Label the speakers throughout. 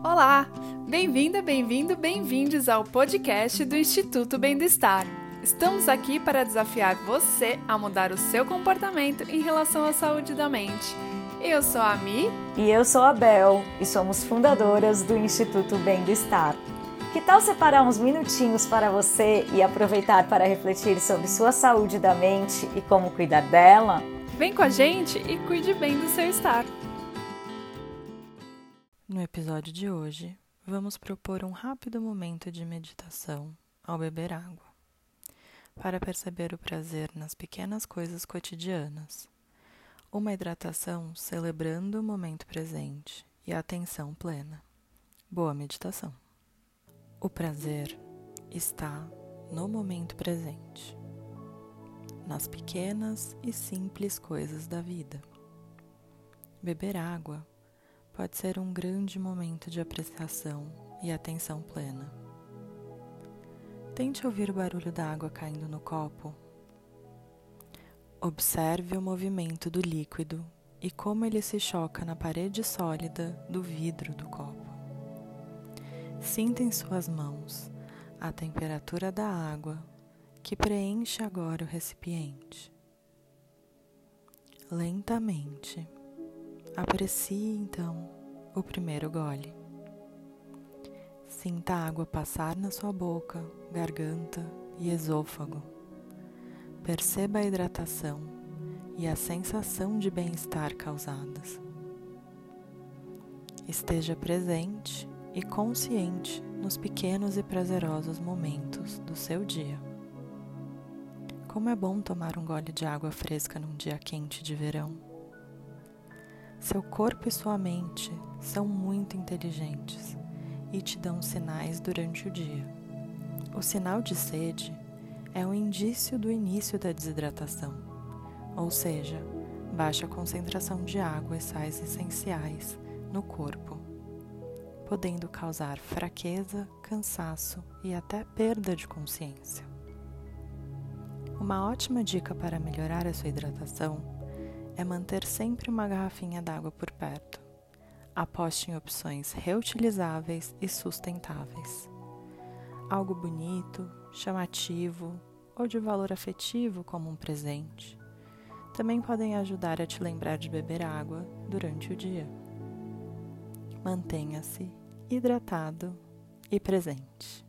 Speaker 1: Olá! Bem-vinda, bem-vindo, bem-vindos ao podcast do Instituto Bem do Estar. Estamos aqui para desafiar você a mudar o seu comportamento em relação à saúde da mente. Eu sou a Mi.
Speaker 2: E eu sou a Bel, e somos fundadoras do Instituto Bem do Estar. Que tal separar uns minutinhos para você e aproveitar para refletir sobre sua saúde da mente e como cuidar dela?
Speaker 1: Vem com a gente e cuide bem do seu estar.
Speaker 3: No episódio de hoje, vamos propor um rápido momento de meditação ao beber água, para perceber o prazer nas pequenas coisas cotidianas. Uma hidratação celebrando o momento presente e a atenção plena. Boa meditação! O prazer está no momento presente, nas pequenas e simples coisas da vida. Beber água pode ser um grande momento de apreciação e atenção plena. Tente ouvir o barulho da água caindo no copo. Observe o movimento do líquido e como ele se choca na parede sólida do vidro do copo. Sinta em suas mãos a temperatura da água que preenche agora o recipiente. Lentamente, aprecie então o primeiro gole. Sinta a água passar na sua boca, garganta e esôfago. Perceba a hidratação e a sensação de bem-estar causadas. Esteja presente e consciente nos pequenos e prazerosos momentos do seu dia. Como é bom tomar um gole de água fresca num dia quente de verão. Seu corpo e sua mente são muito inteligentes e te dão sinais durante o dia. O sinal de sede é um indício do início da desidratação, ou seja, baixa concentração de água e sais essenciais no corpo, podendo causar fraqueza, cansaço e até perda de consciência. Uma ótima dica para melhorar a sua hidratação é manter sempre uma garrafinha d'água por perto. Aposte em opções reutilizáveis e sustentáveis. Algo bonito, chamativo ou de valor afetivo como um presente também podem ajudar a te lembrar de beber água durante o dia. Mantenha-se hidratado e presente.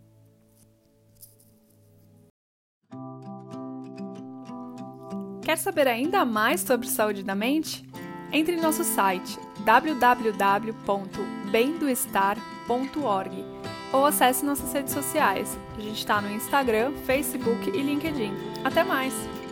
Speaker 1: Quer saber ainda mais sobre saúde da mente? Entre em nosso site www.bemdoestar.org ou acesse nossas redes sociais. A gente está no Instagram, Facebook e LinkedIn. Até mais!